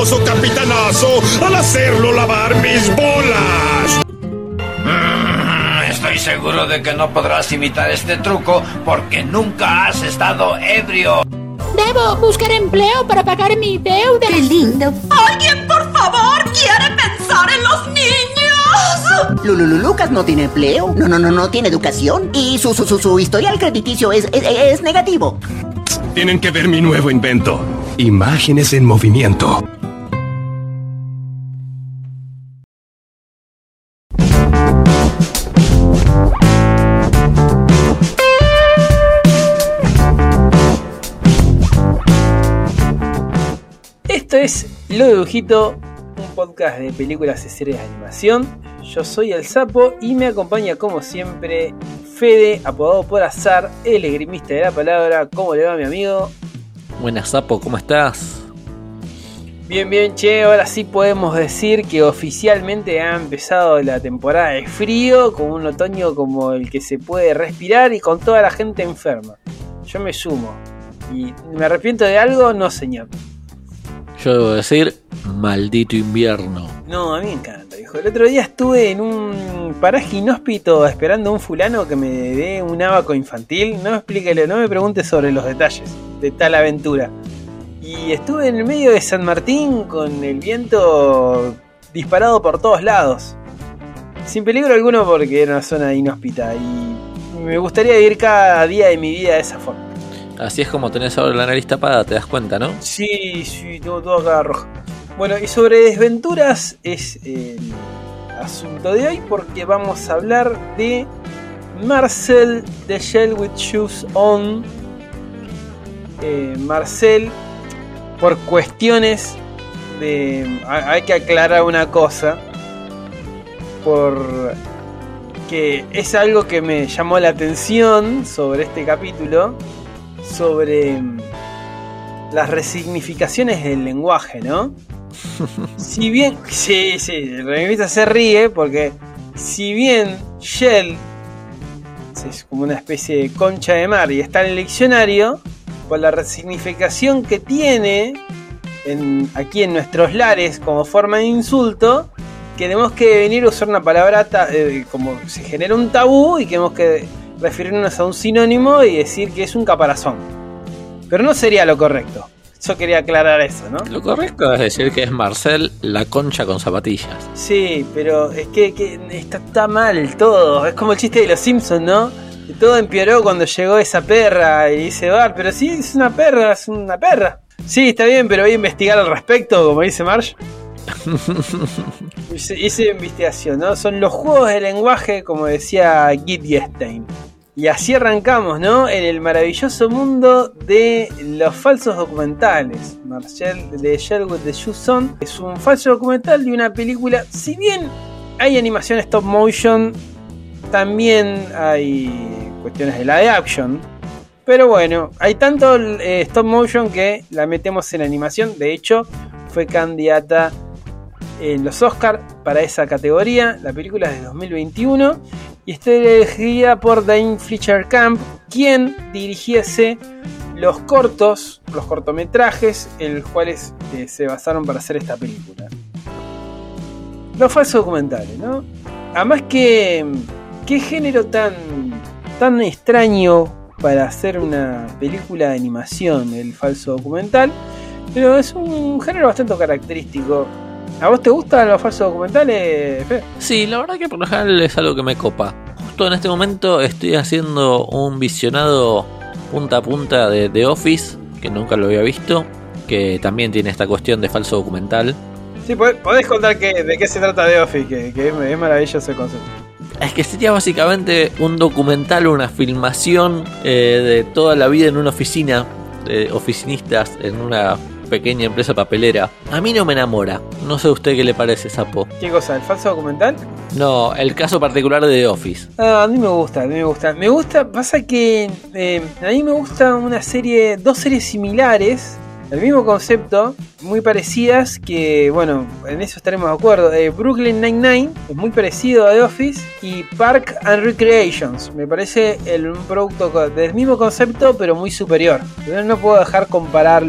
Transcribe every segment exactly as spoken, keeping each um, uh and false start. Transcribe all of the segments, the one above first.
famoso capitanazo al hacerlo lavar mis bolas. Mm, estoy seguro de que no podrás imitar este truco porque nunca has estado ebrio. Debo buscar empleo para pagar mi deuda. ¡Qué lindo! ¡Alguien, por favor, quiere pensar en los niños! Lulu Lucas no tiene empleo, no, no, no, no tiene educación y su, su, su, su historial crediticio es, es, es negativo. Tienen que ver mi nuevo invento. Imágenes en movimiento. Esto es Lo de Dibujito, un podcast de películas y series de animación. Yo soy el Sapo y me acompaña como siempre Fede, apodado por Azar, el esgrimista de la palabra. ¿Cómo le va, mi amigo? Buenas, Sapo, ¿cómo estás? Bien, bien, che, ahora sí podemos decir que oficialmente ha empezado la temporada de frío, con un otoño como el que se puede respirar y con toda la gente enferma. Yo me sumo. ¿Y me arrepiento de algo? No, señor. Yo debo decir, maldito invierno. No, a mí me encanta, viejo. El otro día estuve en un paraje inhóspito esperando a un fulano que me dé un abaco infantil. No me explíquelo, no me pregunte sobre los detalles de tal aventura. Y estuve en el medio de San Martín con el viento disparado por todos lados. Sin peligro alguno porque era una zona inhóspita. Y me gustaría vivir cada día de mi vida de esa forma. Así es como tenés ahora la nariz tapada, te das cuenta, ¿no? Sí, sí, tengo todo acá rojo. Bueno, y sobre desventuras es el asunto de hoy porque vamos a hablar de Marcel the Shell with Shoes On. Eh, Marcel, por cuestiones de... Hay que aclarar una cosa. Por... que es algo que me llamó la atención sobre este capítulo. Sobre las resignificaciones del lenguaje, ¿no? Si bien... Sí, sí, el revista se ríe porque si bien Shell es como una especie de concha de mar y está en el diccionario, por la resignificación que tiene en, aquí en nuestros lares como forma de insulto, tenemos que venir a usar una palabra ta, eh, como se genera un tabú y tenemos que referirnos a un sinónimo y decir que es un caparazón. Pero no sería lo correcto. Yo quería aclarar eso, ¿no? Lo correcto es decir que es Marcel la concha con zapatillas. Sí, pero es que, que está, está mal todo. Es como el chiste de los Simpsons, ¿no? Que todo empeoró cuando llegó esa perra y dice Bart, pero sí, es una perra, es una perra. Sí, está bien, pero voy a investigar al respecto, como dice Marge. Hice, hice investigación, ¿no? Son los juegos de lenguaje, como decía Wittgenstein. Y así arrancamos, ¿no? En el maravilloso mundo de los falsos documentales. Marcel de Shell with the Shoes On es un falso documental de una película. Si bien hay animación stop motion, también hay cuestiones de live action. Pero bueno, hay tanto eh, stop motion que la metemos en animación. De hecho, fue candidata en los Oscars para esa categoría. La película es de dos mil veintiuno y está dirigida por Dane Fletcher Camp, quien dirigiese los cortos, los cortometrajes en los cuales eh, se basaron para hacer esta película. Los falsos documentales, ¿no? Además que qué género tan tan extraño para hacer una película de animación, el falso documental, pero es un género bastante característico. ¿A vos te gustan los falsos documentales, Fe? Sí, la verdad que por lo general es algo que me copa. Justo en este momento estoy haciendo un visionado punta a punta de The Office, que nunca lo había visto, que también tiene esta cuestión de falso documental. Sí, podés contar que, de qué se trata The Office, que, que es, es maravilloso el concepto. Es que sería básicamente un documental, una filmación eh, de toda la vida en una oficina, de oficinistas en una pequeña empresa papelera. A mí no me enamora. No sé a usted qué le parece, Sapo. ¿Qué cosa? ¿El falso documental? No, el caso particular de The Office. Ah, a mí me gusta, a mí me gusta. Me gusta, pasa que eh, a mí me gusta una serie, dos series similares, el mismo concepto, muy parecidas, que bueno, en eso estaremos de acuerdo. eh, Brooklyn Nine-Nine es muy parecido a The Office, y Park and Recreations me parece el, un producto del mismo concepto pero muy superior. Yo no puedo dejar compararlos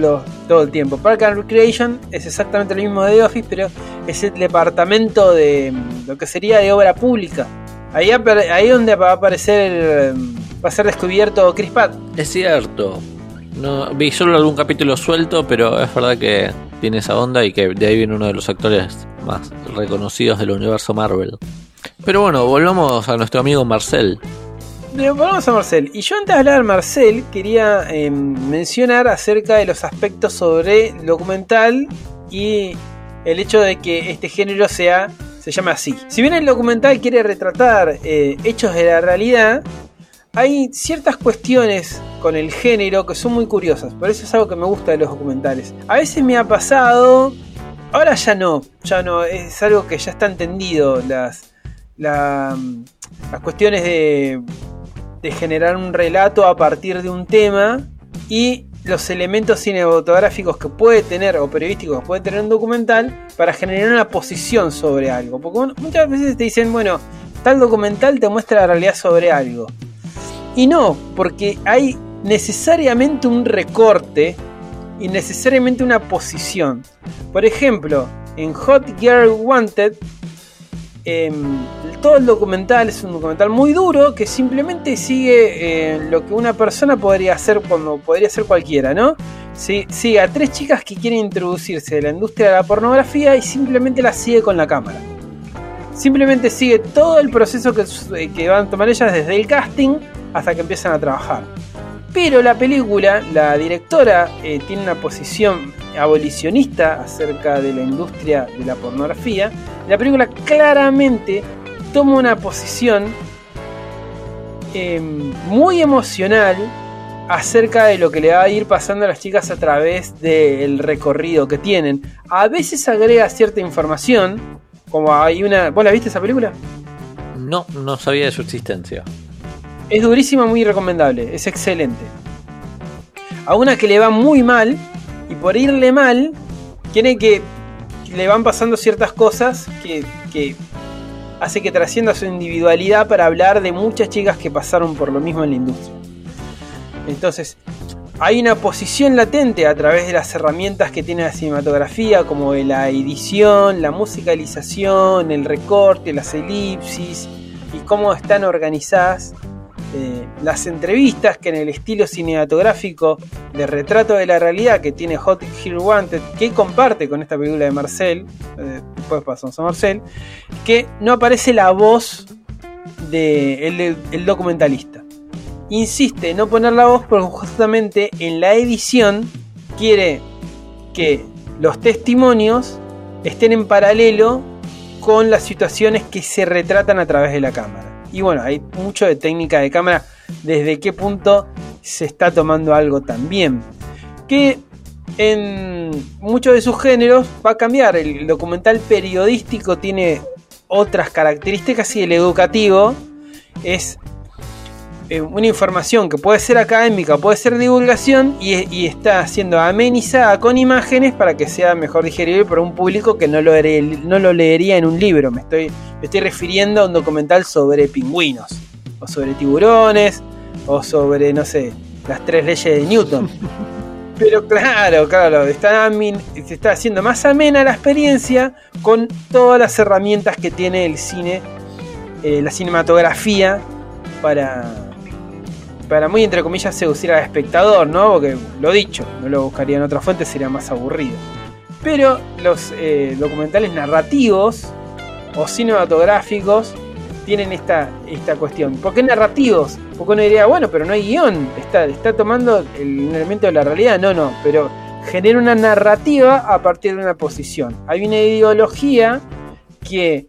todo el tiempo. Park and Recreation es exactamente lo mismo de The Office, pero es el departamento de lo que sería de obra pública. Ahí, ahí donde va a aparecer, va a ser descubierto Chris Pratt. Es cierto. No, vi solo algún capítulo suelto, pero es verdad que tiene esa onda y que de ahí viene uno de los actores más reconocidos del universo Marvel. Pero bueno, volvamos a nuestro amigo Marcel. Volvamos a Marcel. Y yo antes de hablar de Marcel quería eh, mencionar acerca de los aspectos sobre el documental y el hecho de que este género sea se llame así. Si bien el documental quiere retratar eh, hechos de la realidad, hay ciertas cuestiones con el género que son muy curiosas. Por eso es algo que me gusta de los documentales. A veces me ha pasado, ahora ya no, ya no, es algo que ya está entendido. Las, la, las cuestiones de, de generar un relato a partir de un tema y los elementos cinematográficos que puede tener o periodísticos que puede tener un documental para generar una posición sobre algo. Porque bueno, muchas veces te dicen, bueno, tal documental te muestra la realidad sobre algo. Y no, porque hay necesariamente un recorte y necesariamente una posición. Por ejemplo, en Hot Girl Wanted, eh, todo el documental es un documental muy duro que simplemente sigue eh, lo que una persona podría hacer cuando podría hacer cualquiera, ¿no? Sí, sigue a tres chicas que quieren introducirse en la industria de la pornografía y simplemente las sigue con la cámara. Simplemente sigue todo el proceso que, que van a tomar ellas desde el casting hasta que empiezan a trabajar. Pero la película, la directora eh, tiene una posición abolicionista acerca de la industria de la pornografía. La película claramente toma una posición eh, muy emocional acerca de lo que le va a ir pasando a las chicas a través del recorrido que tienen. A veces agrega cierta información, como hay una... ¿Vos la viste esa película? No, no sabía de su existencia. Es durísima, muy recomendable, es excelente. A una que le va muy mal, y por irle mal, tiene que le van pasando ciertas cosas que, que hace que trascienda su individualidad para hablar de muchas chicas que pasaron por lo mismo en la industria. Entonces, hay una posición latente a través de las herramientas que tiene la cinematografía, como la edición, la musicalización, el recorte, las elipsis y cómo están organizadas. Eh, las entrevistas que en el estilo cinematográfico de retrato de la realidad que tiene Hot Girl Wanted, que comparte con esta película de Marcel, eh, después pasamos a Marcel, que no aparece la voz del de el documentalista. Insiste en no poner la voz porque justamente en la edición quiere que los testimonios estén en paralelo con las situaciones que se retratan a través de la cámara. Y bueno, hay mucho de técnica de cámara, desde qué punto se está tomando algo también. Que en muchos de sus géneros va a cambiar. El documental periodístico tiene otras características y el educativo es eh, una información que puede ser académica, puede ser divulgación y, y está siendo amenizada con imágenes para que sea mejor digerible para un público que no lo, no lo leería en un libro. Me estoy... Me estoy refiriendo a un documental sobre pingüinos, o sobre tiburones, o sobre, no sé, las tres leyes de Newton. Pero claro, claro, está, se está haciendo más amena la experiencia con todas las herramientas que tiene el cine, eh, la cinematografía, para, para muy entre comillas seducir al espectador, ¿no? Porque lo dicho, no lo buscaría en otra fuente, sería más aburrido. Pero los eh, documentales narrativos o cinematográficos tienen esta, esta cuestión. ¿Por qué narrativos? Porque uno diría, bueno, pero no hay guión, está, está tomando el elemento de la realidad. No, no, pero genera una narrativa a partir de una posición. Hay una ideología que,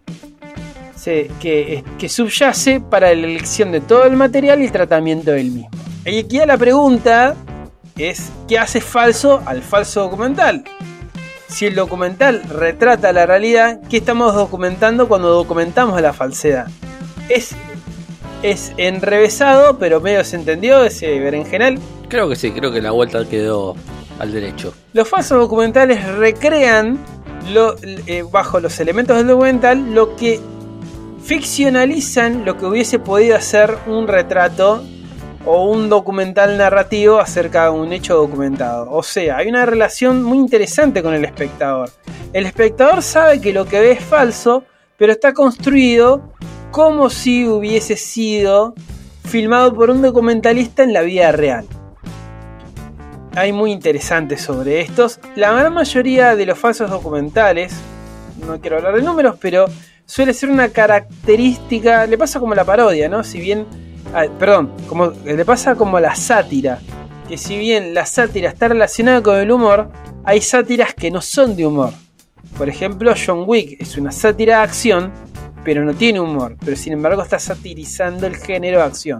se, que, que subyace para la elección de todo el material y el tratamiento del mismo. Y aquí la pregunta es, ¿qué hace falso al falso documental? Si el documental retrata la realidad, ¿qué estamos documentando cuando documentamos la falsedad? Es, es enrevesado, pero medio se entendió ese berenjenal. Creo que sí, creo que la vuelta quedó al derecho. Los falsos documentales recrean, lo, eh, bajo los elementos del documental, lo que ficcionalizan lo que hubiese podido hacer un retrato o un documental narrativo acerca de un hecho documentado. O sea, hay una relación muy interesante con el espectador. El espectador sabe que lo que ve es falso, pero está construido como si hubiese sido filmado por un documentalista en la vida real. Hay muy interesantes sobre estos. La gran mayoría de los falsos documentales, no quiero hablar de números, pero suele ser una característica, le pasa como la parodia, ¿no? Si bien, ah, perdón, como, le pasa como la sátira, que si bien la sátira está relacionada con el humor, hay sátiras que no son de humor. Por ejemplo, John Wick es una sátira de acción, pero no tiene humor, pero sin embargo está satirizando el género de acción.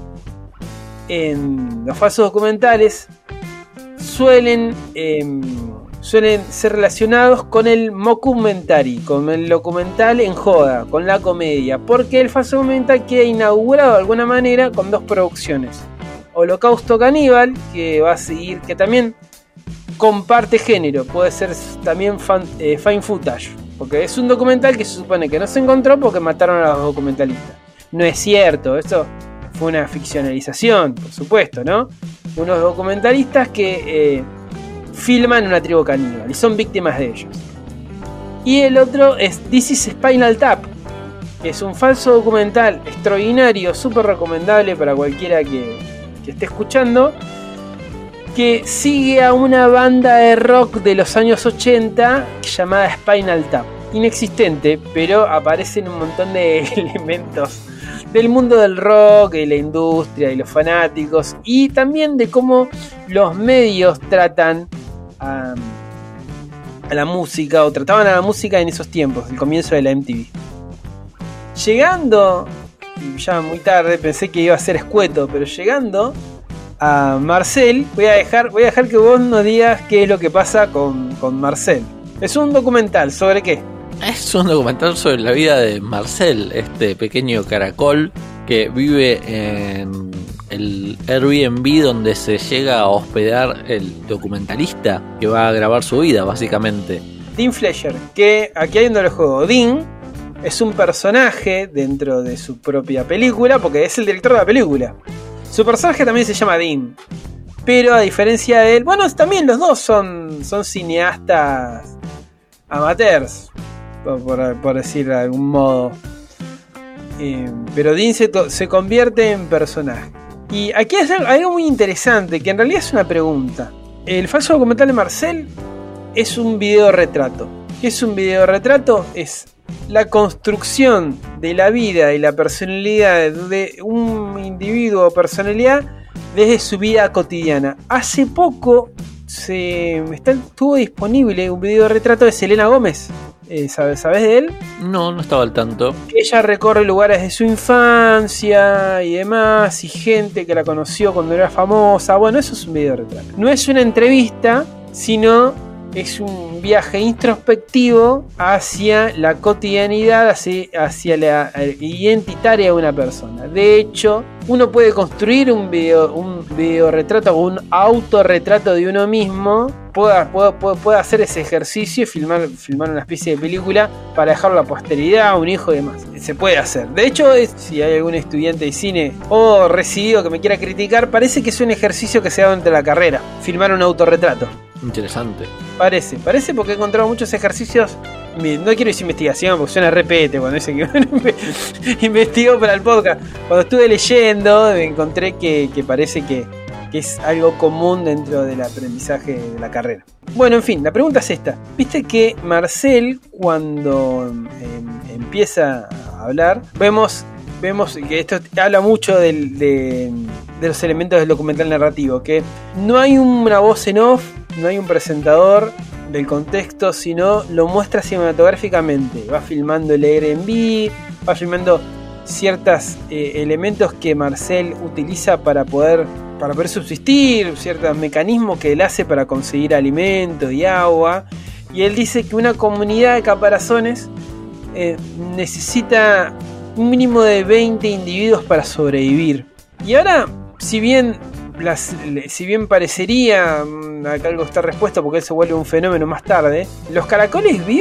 En los falsos documentales suelen, eh, suelen ser relacionados con el mockumentary, con el documental en joda, con la comedia, porque el falso documental queda inaugurado de alguna manera con dos producciones: Holocausto Caníbal, que va a seguir, que también comparte género, puede ser también fan, eh, Fine Footage, porque es un documental que se supone que no se encontró porque mataron a los documentalistas. No es cierto, eso fue una ficcionalización, por supuesto, ¿no? Unos documentalistas que eh, filman una tribu caníbal y son víctimas de ellos. Y el otro es This is Spinal Tap, que es un falso documental extraordinario, súper recomendable para cualquiera que, que esté escuchando, que sigue a una banda de rock de los años ochenta llamada Spinal Tap. Inexistente, pero aparecen un montón de elementos del mundo del rock y la industria y los fanáticos, y también de cómo los medios tratan a, a la música, o trataban a la música en esos tiempos, el comienzo de la M T V. Llegando, ya muy tarde, pensé que iba a ser escueto, pero llegando a Marcel, voy a dejar, voy a dejar que vos nos digas qué es lo que pasa con, con Marcel. Es un documental, ¿sobre qué? Es un documental sobre la vida de Marcel, este pequeño caracol que vive en el Airbnb donde se llega a hospedar el documentalista que va a grabar su vida, básicamente. Dean Fleischer, que aquí hay donde lo juego. Dean es un personaje dentro de su propia película, porque es el director de la película. Su personaje también se llama Dean, pero a diferencia de él, bueno, también los dos son, son cineastas amateurs, por, por, por decir de algún modo. Eh, pero Dean se, se convierte en personaje. Y aquí hay algo muy interesante, que en realidad es una pregunta. El falso documental de Marcel es un video retrato. ¿Qué es un video retrato? Es la construcción de la vida y la personalidad de un individuo o personalidad desde su vida cotidiana. Hace poco se está, estuvo disponible un video retrato de Selena Gómez. Eh, ¿sabes, ¿Sabes de él? No, no estaba al tanto. Ella recorre lugares de su infancia y demás, y gente que la conoció cuando era famosa. Bueno, eso es un video retrato. No es una entrevista, sino es un viaje introspectivo hacia la cotidianidad, hacia, hacia la identitaria de una persona. De hecho, uno puede construir un video, un video retrato o un autorretrato de uno mismo. Puede, puede, puede hacer ese ejercicio y filmar, filmar una especie de película para dejarlo a la posteridad, a un hijo y demás. Se puede hacer. De hecho, es, si hay algún estudiante de cine o recibido que me quiera criticar, parece que es un ejercicio que se da durante la carrera. Filmar un autorretrato. Interesante. Parece, parece porque he encontrado muchos ejercicios. No quiero decir investigación porque suena repete cuando dice que investigó para el podcast. Cuando estuve leyendo encontré que, que parece que, que es algo común dentro del aprendizaje de la carrera. Bueno, en fin, la pregunta es esta. Viste que Marcel, cuando eh, empieza a hablar, vemos, vemos que esto habla mucho del, de, de los elementos del documental narrativo, que no hay una voz en off, no hay un presentador del contexto, sino lo muestra cinematográficamente. Va filmando el Airbnb, va filmando ciertos eh, elementos que Marcel utiliza para poder, para poder subsistir, ciertos mecanismos que él hace para conseguir alimento y agua. Y él dice que una comunidad de caparazones eh, necesita un mínimo de veinte individuos para sobrevivir. Y ahora, si bien Las, si bien parecería, acá algo está respuesto porque él se vuelve un fenómeno más tarde, los caracoles vivos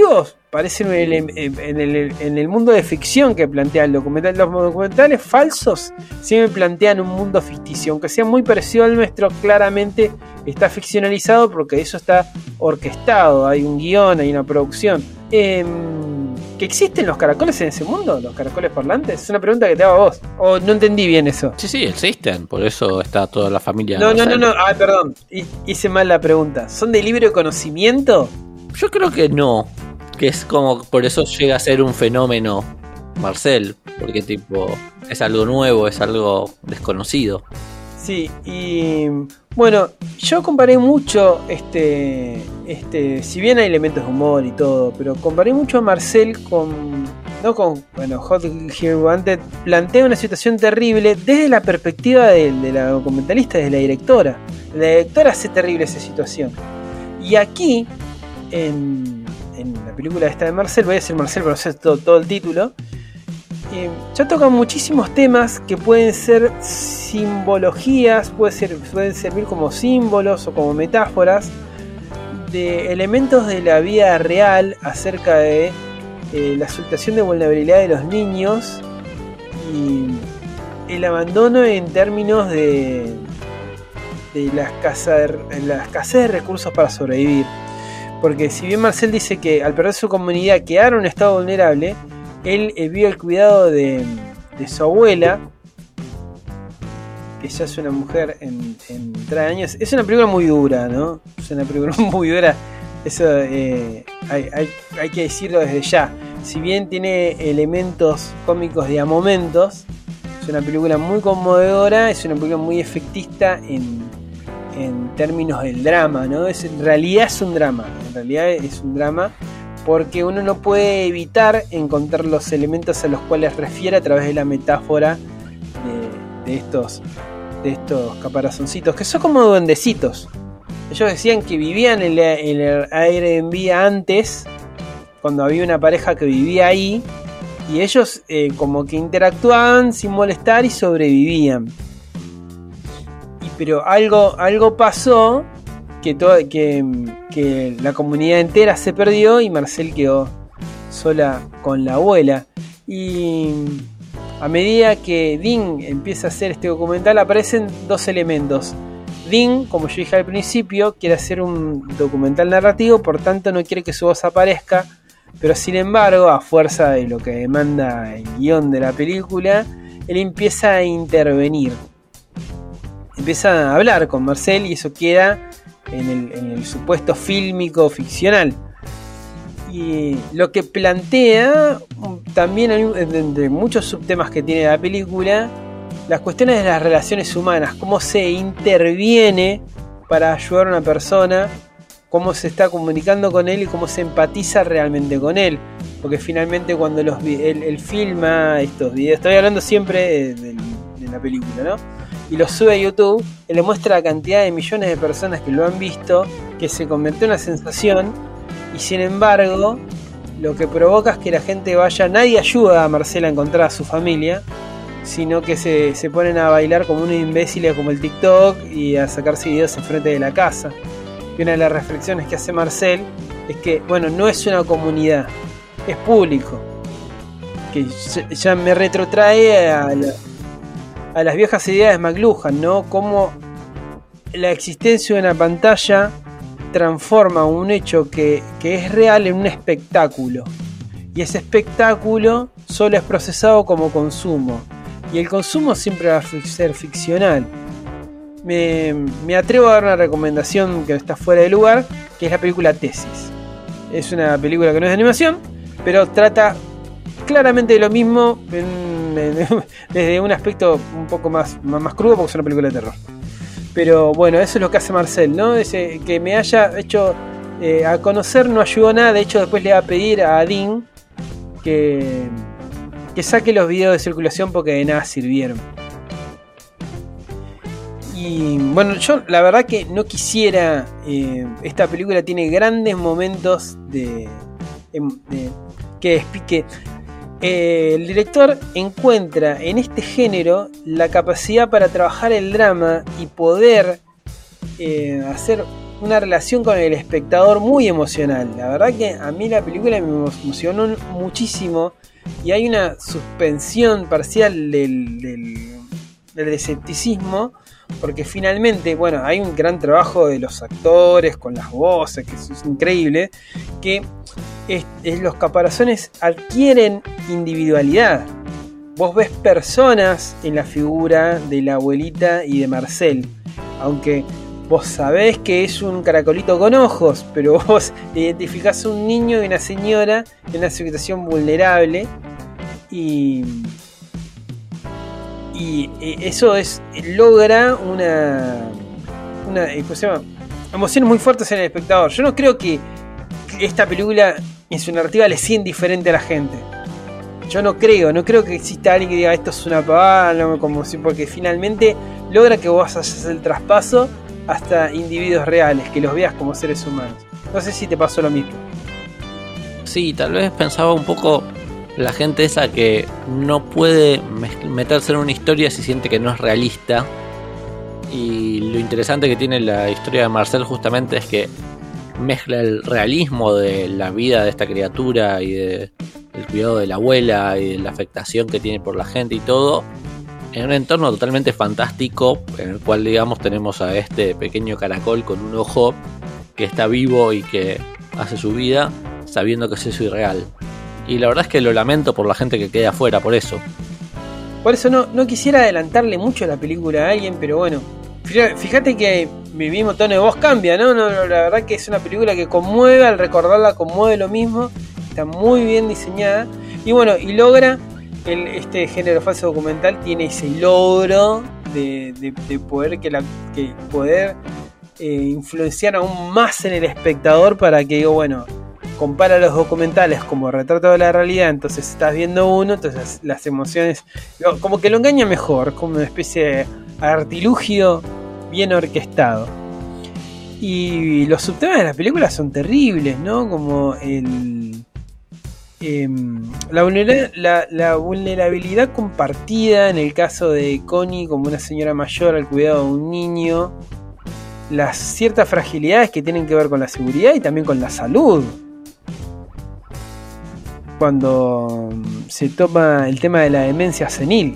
parecen en el, en, el, en el mundo de ficción que plantea el documental. Los documentales falsos siempre plantean un mundo ficticio, aunque sea muy parecido al nuestro, claramente está ficcionalizado porque eso está orquestado, hay un guión, hay una producción. Eh, ¿Que existen los caracoles en ese mundo? ¿Los caracoles parlantes? Es una pregunta que te hago a vos. ¿O no entendí bien eso? Sí, sí, existen. Por eso está toda la familia. No, no, no, no. Ah, perdón. Hice mal la pregunta. ¿Son de libre conocimiento? Yo creo que no. Que es como... Por eso llega a ser un fenómeno Marcel. Porque tipo... Es algo nuevo, es algo desconocido. Sí, y... Bueno, yo comparé mucho este, este, si bien hay elementos de humor y todo, pero comparé mucho a Marcel con, no con, bueno, Hot Here Wanted plantea una situación terrible desde la perspectiva de, de la documentalista, de la directora. La directora hace terrible esa situación. Y aquí, en, en la película esta de Marcel, voy a decir Marcel para no sé todo, todo el título, Eh, ya tocan muchísimos temas que pueden ser simbologías, puede ser, pueden servir como símbolos o como metáforas de elementos de la vida real acerca de eh, la situación de vulnerabilidad de los niños y el abandono en términos de, de la escasez de, la escasez de recursos para sobrevivir. Porque si bien Marcel dice que al perder su comunidad quedaron en un estado vulnerable, él eh, vio el cuidado de, de su abuela, que ya es una mujer en, en treinta años. Es una película muy dura, ¿no? Es una película muy dura. Eso eh, hay, hay, hay que decirlo desde ya. Si bien tiene elementos cómicos de a momentos, es una película muy conmovedora, es una película muy efectista en, en términos del drama, ¿no? Es, en realidad es un drama. En realidad es un drama. Porque uno no puede evitar encontrar los elementos a los cuales refiere a través de la metáfora de, de, estos, de estos caparazoncitos, que son como duendecitos. Ellos decían que vivían en, la, en el Airbnb antes, cuando había una pareja que vivía ahí, y ellos eh, como que interactuaban sin molestar y sobrevivían. Y, pero algo, algo pasó... Que, todo, que, que la comunidad entera se perdió y Marcel quedó sola con la abuela. Y a medida que Dean empieza a hacer este documental aparecen dos elementos. Dean, como yo dije al principio, quiere hacer un documental narrativo, por tanto no quiere que su voz aparezca, pero sin embargo, a fuerza de lo que demanda el guión de la película, él empieza a intervenir. Empieza a hablar con Marcel y eso queda... En el, en el supuesto fílmico ficcional. Y lo que plantea también, entre muchos subtemas que tiene la película, las cuestiones de las relaciones humanas, cómo se interviene para ayudar a una persona, cómo se está comunicando con él y cómo se empatiza realmente con él. Porque finalmente cuando los él, él filma estos videos, estoy hablando siempre de, de, de la película, ¿no? Y lo sube a YouTube, y le muestra la cantidad de millones de personas que lo han visto, que se convirtió en una sensación, y sin embargo, lo que provoca es que la gente vaya, nadie ayuda a Marcela a encontrar a su familia, sino que se, se ponen a bailar como unos imbéciles como el TikTok y a sacarse videos enfrente de la casa. Y una de las reflexiones que hace Marcel es que, bueno, no es una comunidad, es público, que ya me retrotrae a la... a las viejas ideas de McLuhan, ¿no? Cómo la existencia de una pantalla transforma un hecho que, que es real en un espectáculo. Y ese espectáculo solo es procesado como consumo. Y el consumo siempre va a ser ficcional. Me, me atrevo a dar una recomendación que está fuera de lugar, que es la película Tesis. Es una película que no es de animación, pero trata claramente de lo mismo en, en, desde un aspecto un poco más, más, más crudo, porque es una película de terror. Pero bueno, eso es lo que hace Marcel, ¿no? Ese, que me haya hecho eh, a conocer no ayudó nada. De hecho, después le va a pedir a Dean que, que saque los videos de circulación porque de nada sirvieron. Y bueno, yo la verdad que no quisiera... Eh, esta película tiene grandes momentos de... de que, que eh, el director encuentra en este género la capacidad para trabajar el drama y poder eh, hacer una relación con el espectador muy emocional. La verdad que a mí la película me emocionó muchísimo y hay una suspensión parcial del, del, del escepticismo, porque finalmente, bueno, hay un gran trabajo de los actores con las voces, que es increíble, que es, es, los caparazones adquieren individualidad. Vos ves personas en la figura de la abuelita y de Marcel, aunque vos sabés que es un caracolito con ojos, pero vos identificás a un niño y una señora en una situación vulnerable, y, y eso es logra una, una ¿cómo se llama? Emociones muy fuertes en el espectador. Yo no creo que esta película en su narrativa le sea indiferente a la gente. Yo no creo, no creo que exista alguien que diga esto es una pavada, no, como si, porque finalmente logra que vos hagas el traspaso hasta individuos reales, que los veas como seres humanos. No sé si te pasó lo mismo. Sí, tal vez pensaba un poco la gente esa que no puede meterse en una historia si siente que no es realista. Y lo interesante que tiene la historia de Marcel justamente es que mezcla el realismo de la vida de esta criatura y de el cuidado de la abuela y de la afectación que tiene por la gente y todo, en un entorno totalmente fantástico, en el cual, digamos, tenemos a este pequeño caracol con un ojo que está vivo y que hace su vida sabiendo que es eso irreal. Y la verdad es que lo lamento por la gente que queda afuera por eso. Por eso no, no quisiera adelantarle mucho la película a alguien, pero bueno, fíjate que mi mismo tono de voz cambia, ¿no? no, no la verdad que es una película que conmueve, al recordarla conmueve lo mismo. Está muy bien diseñada y bueno, y logra el, este género falso documental tiene ese logro de, de, de poder que la que poder eh, influenciar aún más en el espectador, para que digo, bueno, compara los documentales como retrato de la realidad, entonces estás viendo uno, entonces las emociones como que lo engaña mejor, como una especie de artilugio bien orquestado. Y los subtemas de la película son terribles, ¿no? Como el Eh, la, vulnera- la, la vulnerabilidad compartida en el caso de Connie como una señora mayor al cuidado de un niño, las ciertas fragilidades que tienen que ver con la seguridad y también con la salud, cuando se toma el tema de la demencia senil.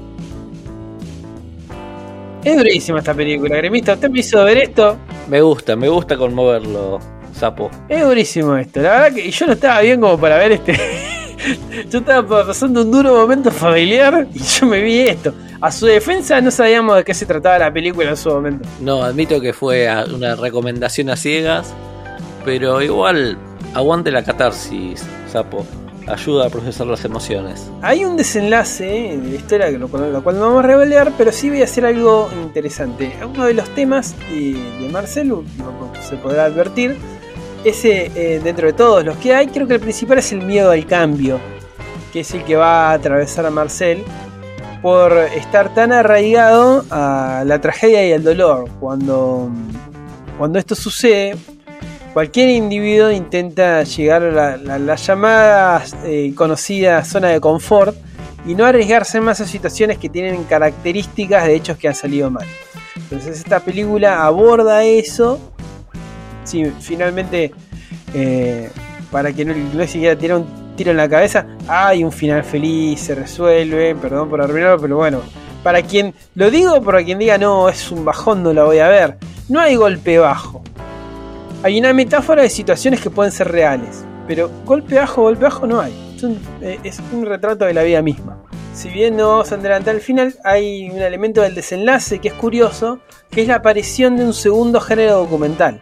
Es durísima esta película, gremista. ¿Usted me hizo ver esto? Me gusta, me gusta conmoverlo, sapo. Es durísimo esto, la verdad que yo no estaba bien como para ver este. Yo estaba pasando un duro momento familiar y yo me vi esto. A su defensa, no sabíamos de qué se trataba la película en su momento. No, admito que fue una recomendación a ciegas, pero igual aguante la catarsis, sapo. Ayuda a procesar las emociones. Hay un desenlace de la historia, lo cual, lo cual no vamos a revelar, pero sí voy a hacer algo interesante. Uno de los temas de, de Marcel, se podrá advertir, ese eh, dentro de todos los que hay, creo que el principal es el miedo al cambio, que es el que va a atravesar a Marcel por estar tan arraigado a la tragedia y al dolor. Cuando, cuando esto sucede, cualquier individuo intenta llegar a la, la, la llamada eh, conocida zona de confort y no arriesgarse más a situaciones que tienen características de hechos que han salido mal. Entonces esta película aborda eso. Sí, finalmente, eh, para que no, no siquiera tire un tiro en la cabeza, hay un final feliz, se resuelve, perdón por arruinarlo, pero bueno, para quien lo digo, para quien diga no, es un bajón, no la voy a ver, no hay golpe bajo. Hay una metáfora de situaciones que pueden ser reales, pero golpe bajo, golpe bajo no hay. Es un, eh, es un retrato de la vida misma. Si bien no vamos a adelantar al final, hay un elemento del desenlace que es curioso, que es la aparición de un segundo género documental.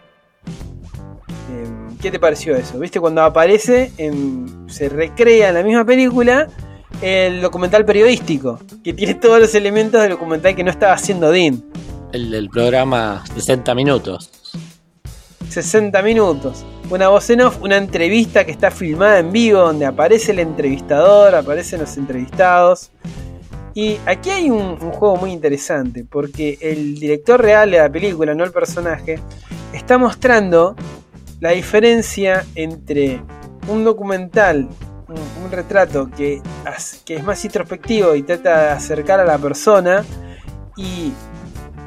¿Qué te pareció eso? ¿Viste? Cuando aparece, en, se recrea en la misma película el documental periodístico, que tiene todos los elementos del documental que no estaba haciendo Dean. El del programa sesenta minutos. sesenta minutos. Una voz en off, una entrevista que está filmada en vivo, donde aparece el entrevistador, aparecen los entrevistados. Y aquí hay un, un juego muy interesante, porque el director real de la película, no el personaje, está mostrando la diferencia entre un documental, un, un retrato que, que es más introspectivo y trata de acercar a la persona, y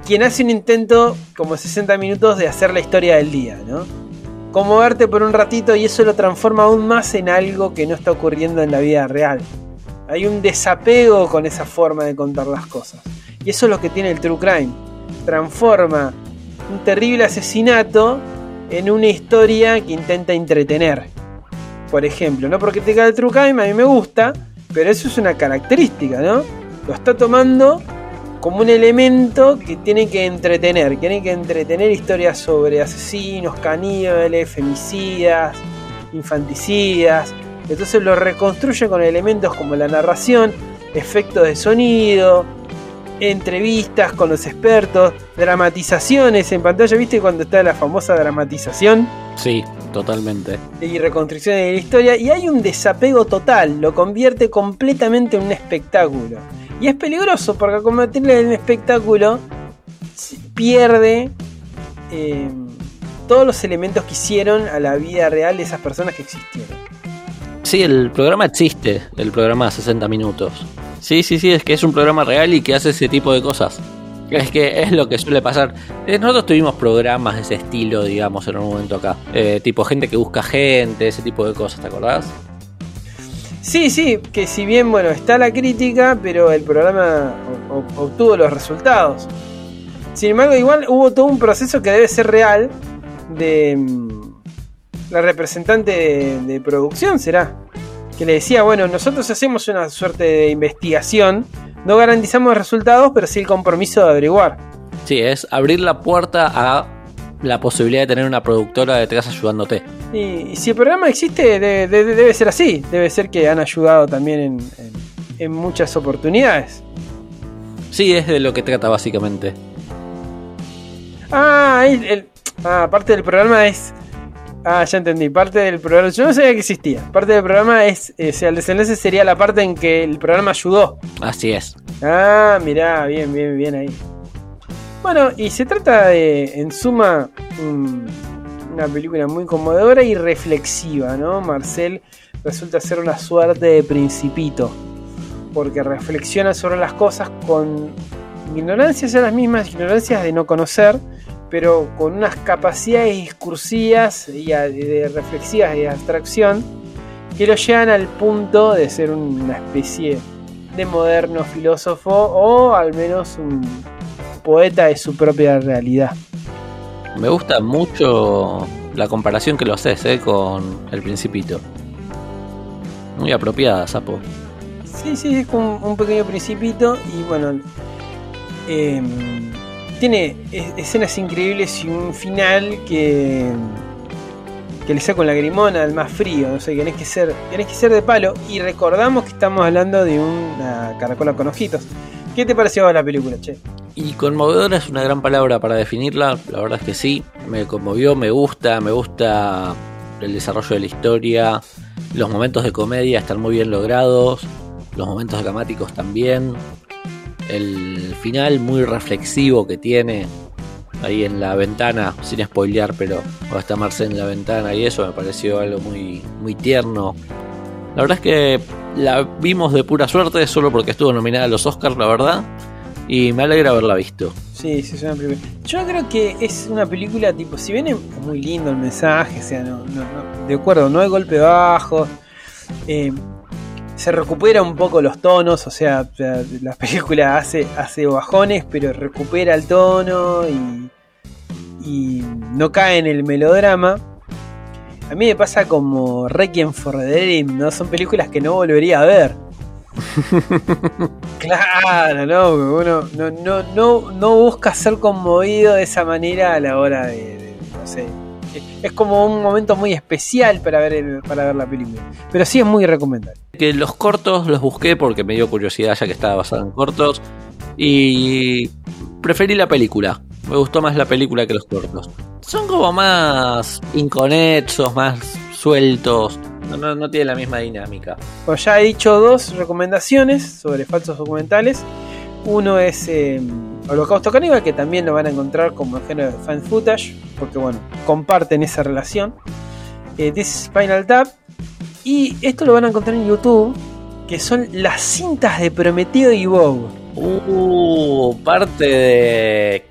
quien hace un intento como sesenta minutos de hacer la historia del día, ¿no? Conmoverte por un ratito y eso lo transforma aún más en algo que no está ocurriendo en la vida real. Hay un desapego con esa forma de contar las cosas. Y eso es lo que tiene el True Crime. Transforma un terrible asesinato en una historia que intenta entretener. Por ejemplo, no porque tenga el True Crime, a mí me gusta, pero eso es una característica, ¿no? Lo está tomando como un elemento que tiene que entretener. Tiene que entretener historias sobre asesinos, caníbales, femicidas, infanticidas. Entonces lo reconstruye con elementos como la narración, efectos de sonido, entrevistas con los expertos, dramatizaciones en pantalla. ¿Viste cuando está la famosa dramatización? Sí, totalmente. Y reconstrucción de la historia. Y hay un desapego total, lo convierte completamente en un espectáculo. Y es peligroso porque al convertirle en un espectáculo pierde eh, todos los elementos que hicieron a la vida real de esas personas que existieron. Sí, el programa existe, el programa de sesenta minutos. Sí, sí, sí, es que es un programa real y que hace ese tipo de cosas. Es que es lo que suele pasar. Nosotros tuvimos programas de ese estilo, digamos, en un momento acá. Eh, tipo gente que busca gente, ese tipo de cosas, ¿te acordás? Sí, sí, que si bien, bueno, está la crítica, pero el programa obtuvo los resultados. Sin embargo, igual hubo todo un proceso que debe ser real de la representante de, de producción, ¿será? Que le decía, bueno, nosotros hacemos una suerte de investigación, no garantizamos resultados, pero sí el compromiso de averiguar. Sí, es abrir la puerta a la posibilidad de tener una productora detrás ayudándote. Y, y si el programa existe, debe, debe, debe ser así. Debe ser que han ayudado también en, en, en muchas oportunidades. Sí, es de lo que trata básicamente. Ah, el, el, ah, parte del programa es... Ah, ya entendí. Parte del programa... Yo no sabía que existía. Parte del programa es... Eh, o sea, el desenlace sería la parte en que el programa ayudó. Así es. Ah, mirá, bien, bien, bien ahí. Bueno, y se trata de, en suma, un, una película muy conmovedora y reflexiva, ¿no? Marcel resulta ser una suerte de Principito, porque reflexiona sobre las cosas con ignorancias, a las mismas ignorancias de no conocer, pero con unas capacidades discursivas y de reflexivas y de abstracción que lo llevan al punto de ser una especie de moderno filósofo o al menos un poeta de su propia realidad. Me gusta mucho la comparación que lo haces, ¿eh? Con El Principito. Muy apropiada, Sapo. Sí, sí, es como un pequeño Principito y bueno, eh, tiene escenas increíbles y un final que que le saca un lagrimón al más frío. No sé, tenés que ser, tenés que ser de palo. Y recordamos que estamos hablando de una caracola con ojitos. ¿Qué te pareció la película, che? Y conmovedora es una gran palabra para definirla. La verdad es que sí, me conmovió, me gusta, me gusta el desarrollo de la historia. Los momentos de comedia están muy bien logrados, los momentos dramáticos también. El final muy reflexivo que tiene ahí en la ventana, sin spoilear, pero cuando está Marcel en la ventana y eso me pareció algo muy, muy tierno. La verdad es que la vimos de pura suerte solo porque estuvo nominada a los Oscars, la verdad, y me alegra haberla visto. Sí, sí, es una película. Yo creo que es una película tipo, si bien es muy lindo el mensaje, o sea, no, no, no, de acuerdo, no hay golpe bajo, eh, se recupera un poco los tonos, o sea, la película hace, hace bajones, pero recupera el tono y, y no cae en el melodrama. A mí me pasa como Requiem for the Dream, ¿no? Son películas que no volvería a ver. Claro, no, uno no, no, no, no busca ser conmovido de esa manera a la hora de, de no sé. Es como un momento muy especial para ver el, para ver la película. Pero sí es muy recomendable. Que los cortos los busqué porque me dio curiosidad ya que estaba basado en cortos. Y preferí la película. Me gustó más la película que los cortos. Son como más inconexos, más sueltos. No, no, no tiene la misma dinámica. Bueno, ya he dicho dos recomendaciones sobre falsos documentales. Uno es eh, Holocausto Caníbal, que también lo van a encontrar como el género de fan footage, porque bueno, comparten esa relación. eh, This is Spinal Tap. Y esto lo van a encontrar en YouTube, que son las cintas de Prometeo y Bob. Uh, parte de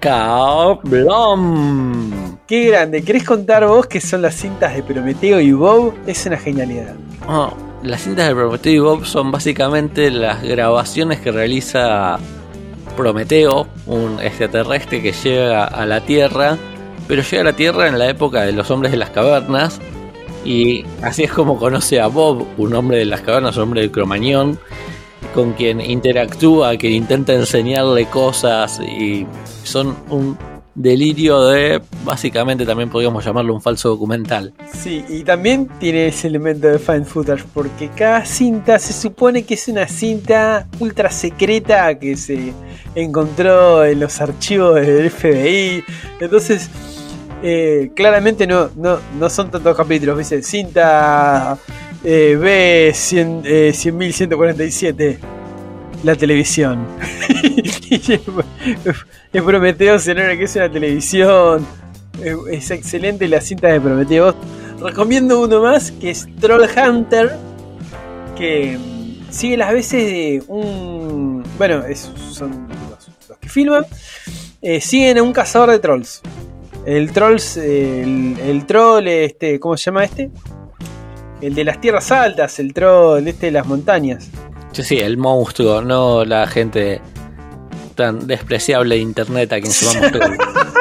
Kablom. Qué grande. ¿Querés contar vos qué son las cintas de Prometeo y Bob? Es una genialidad. Oh, las cintas de Prometeo y Bob son básicamente las grabaciones que realiza Prometeo, un extraterrestre que llega a la Tierra, pero llega a la Tierra en la época de los hombres de las cavernas, y así es como conoce a Bob, un hombre de las cavernas, un hombre de Cromañón, con quien interactúa, que intenta enseñarle cosas, y son un delirio de, básicamente también podríamos llamarlo un falso documental. Sí, y también tiene ese elemento de fan footage, porque cada cinta se supone que es una cinta ultra secreta que se encontró en los archivos del F B I. Entonces, eh, claramente no, no, no son tantos capítulos. Dice cinta eh, B cien mil ciento cuarenta y siete, la televisión. Es Prometeo, señora, que es una televisión. Es excelente la cinta de Prometeo. Recomiendo uno más, que es Troll Hunter, que sigue las veces de un... Bueno, es, son los, los que filman. Eh, siguen a un cazador de trolls. El trolls, el, el troll, este, ¿cómo se llama este? El de las tierras altas, el troll este de las montañas. Sí, sí, el monstruo, no la gente tan despreciable de internet a quien llamamos troll.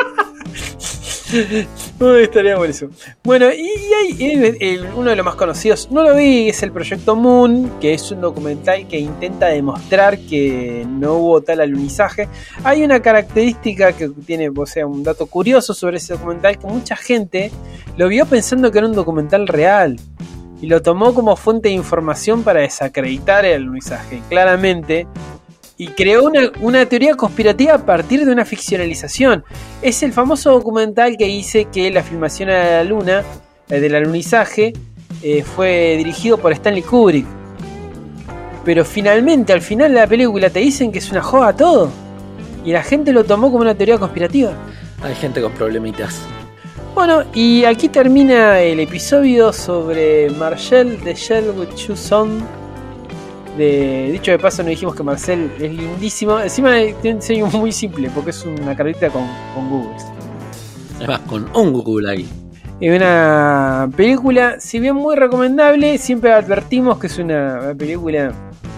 Uy, estaría buenísimo. Bueno, y, y hay el, el, uno de los más conocidos, no lo vi, es el Proyecto Moon, que es un documental que intenta demostrar que no hubo tal alunizaje. Hay una característica que tiene, o sea, un dato curioso sobre ese documental, que mucha gente lo vio pensando que era un documental real y lo tomó como fuente de información para desacreditar el alunizaje, claramente. Y creó una, una teoría conspirativa a partir de una ficcionalización. Es el famoso documental que dice que la filmación de la luna, eh, del alunizaje, eh, fue dirigido por Stanley Kubrick. Pero finalmente, al final de la película, te dicen que es una joda todo. Y la gente lo tomó como una teoría conspirativa. Hay gente con problemitas. Bueno, y aquí termina el episodio sobre Marcel de Sherwood Shoes On. De, dicho de paso, nos dijimos que Marcel es lindísimo. Encima tiene un diseño muy simple, porque es una carita con, con Google. Además, con un Google ahí. Es una película, si bien muy recomendable, siempre advertimos que es una película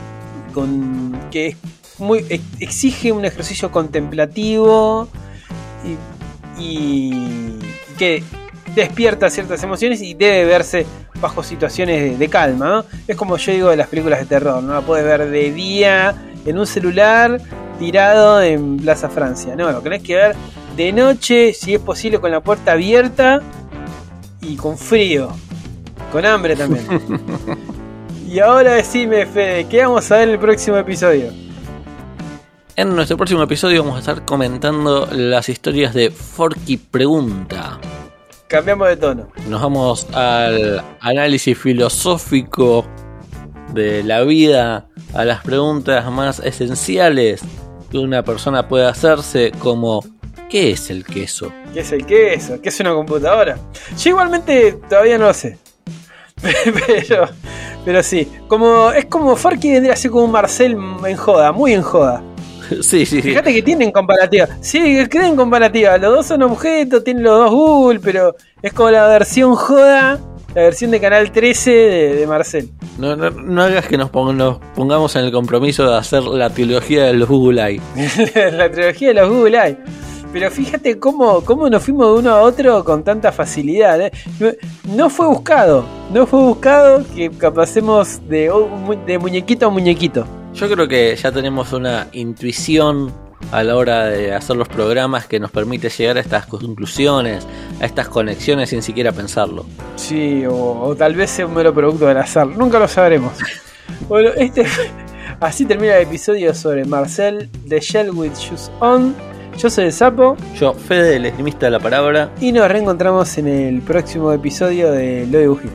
con que es muy, exige un ejercicio contemplativo y, y que despierta ciertas emociones y debe verse bajo situaciones de, de calma, ¿no? Es como yo digo de las películas de terror, no la puedes ver de día en un celular tirado en Plaza Francia, no, lo tenés que ver de noche, si es posible con la puerta abierta y con frío, con hambre también. Y ahora decime, Fede, ¿qué vamos a ver en el próximo episodio? En nuestro próximo episodio vamos a estar comentando las historias de Forky Pregunta. Cambiamos de tono. Nos vamos al análisis filosófico de la vida, a las preguntas más esenciales que una persona puede hacerse, como ¿qué es el queso? ¿Qué es el queso? ¿Qué es una computadora? Yo igualmente todavía no lo sé. Pero, pero sí, como, es como Forky vendría a ser como un Marcel en joda, muy en joda. Sí, sí, Fíjate sí. Que tienen comparativa. Sí, que tienen comparativa. Los dos son objetos, tienen los dos Google, pero es como la versión joda, la versión de Canal trece de, de Marcel. No, no, no hagas que nos, pong- nos pongamos en el compromiso de hacer la trilogía de los Google Eye. La trilogía de los Google Eye. Pero fíjate cómo, cómo nos fuimos de uno a otro con tanta facilidad, ¿eh? No fue buscado, no fue buscado que pasemos de, de muñequito a muñequito. Yo creo que ya tenemos una intuición a la hora de hacer los programas que nos permite llegar a estas conclusiones, a estas conexiones sin siquiera pensarlo. Sí, o, o tal vez sea un mero producto del azar, nunca lo sabremos. Bueno, este así termina el episodio sobre Marcel de Sherwood Shoes On. Yo soy el Sapo. Yo, Fede, el esgrimista de la palabra. Y nos reencontramos en el próximo episodio de Lo Dibujé.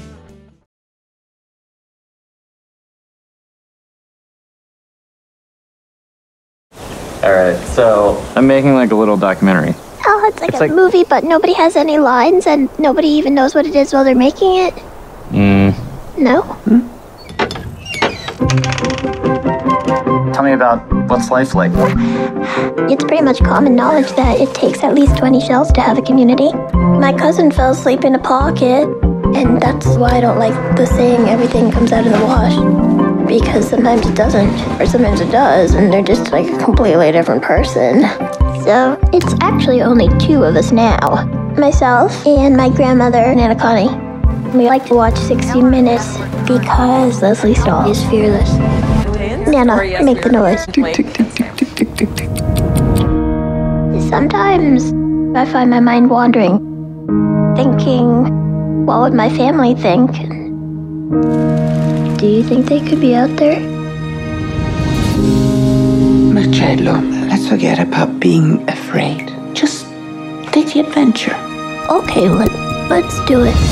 Alright, so I'm making like a little documentary. Oh, it's like It's a like- movie, but nobody has any lines and nobody even knows what it is while they're making it? Mm. No? Tell me about what's life like. It's pretty much common knowledge that it takes at least twenty shells to have a community. My cousin fell asleep in a pocket, and that's why I don't like the saying everything comes out in the wash. Because sometimes it doesn't, or sometimes it does, and they're just like a completely different person. So it's actually only two of us now. Myself and my grandmother, Nana Connie. We like to watch sixty minutes because Leslie Stahl is fearless. Nana, make the noise. Sometimes I find my mind wandering, thinking, what would my family think? Do you think they could be out there? Marcello, let's forget about being afraid. Just take the adventure. Okay, let, let's do it.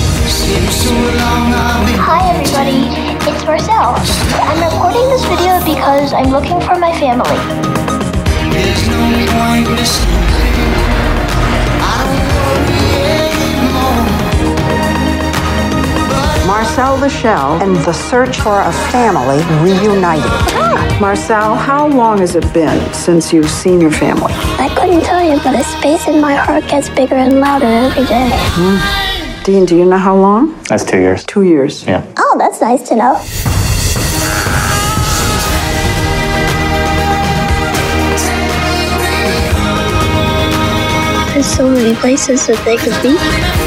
Hi everybody, it's Marcel. I'm recording this video because I'm looking for my family. There's no point listening. I don't worry anymore. Marcel the Shell and the search for a family reunited. Ah. Marcel, how long has it been since you've seen your family? I couldn't tell you, but the space in my heart gets bigger and louder every day. Hmm. Dean, do you know how long? That's two years. Two years. Yeah. Oh, that's nice to know. There's so many places that they could be.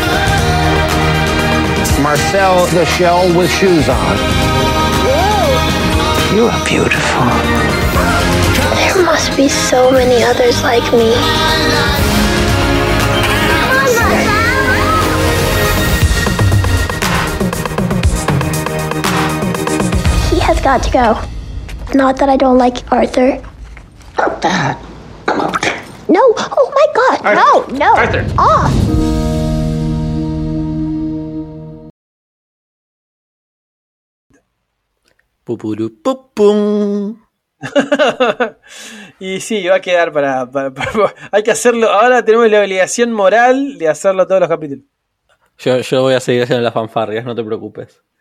Marcel the Shell with shoes on. Whoa. You are beautiful. There must be so many others like me. He has got to go. Not that I don't like Arthur. Not that. No! Oh my God! Arthur. No! No! Arthur! Off! Pupurupupum. Y sí, va a quedar para, para, para... Hay que hacerlo. Ahora tenemos la obligación moral de hacerlo todos los capítulos. Yo, yo voy a seguir haciendo las fanfarrias, no te preocupes.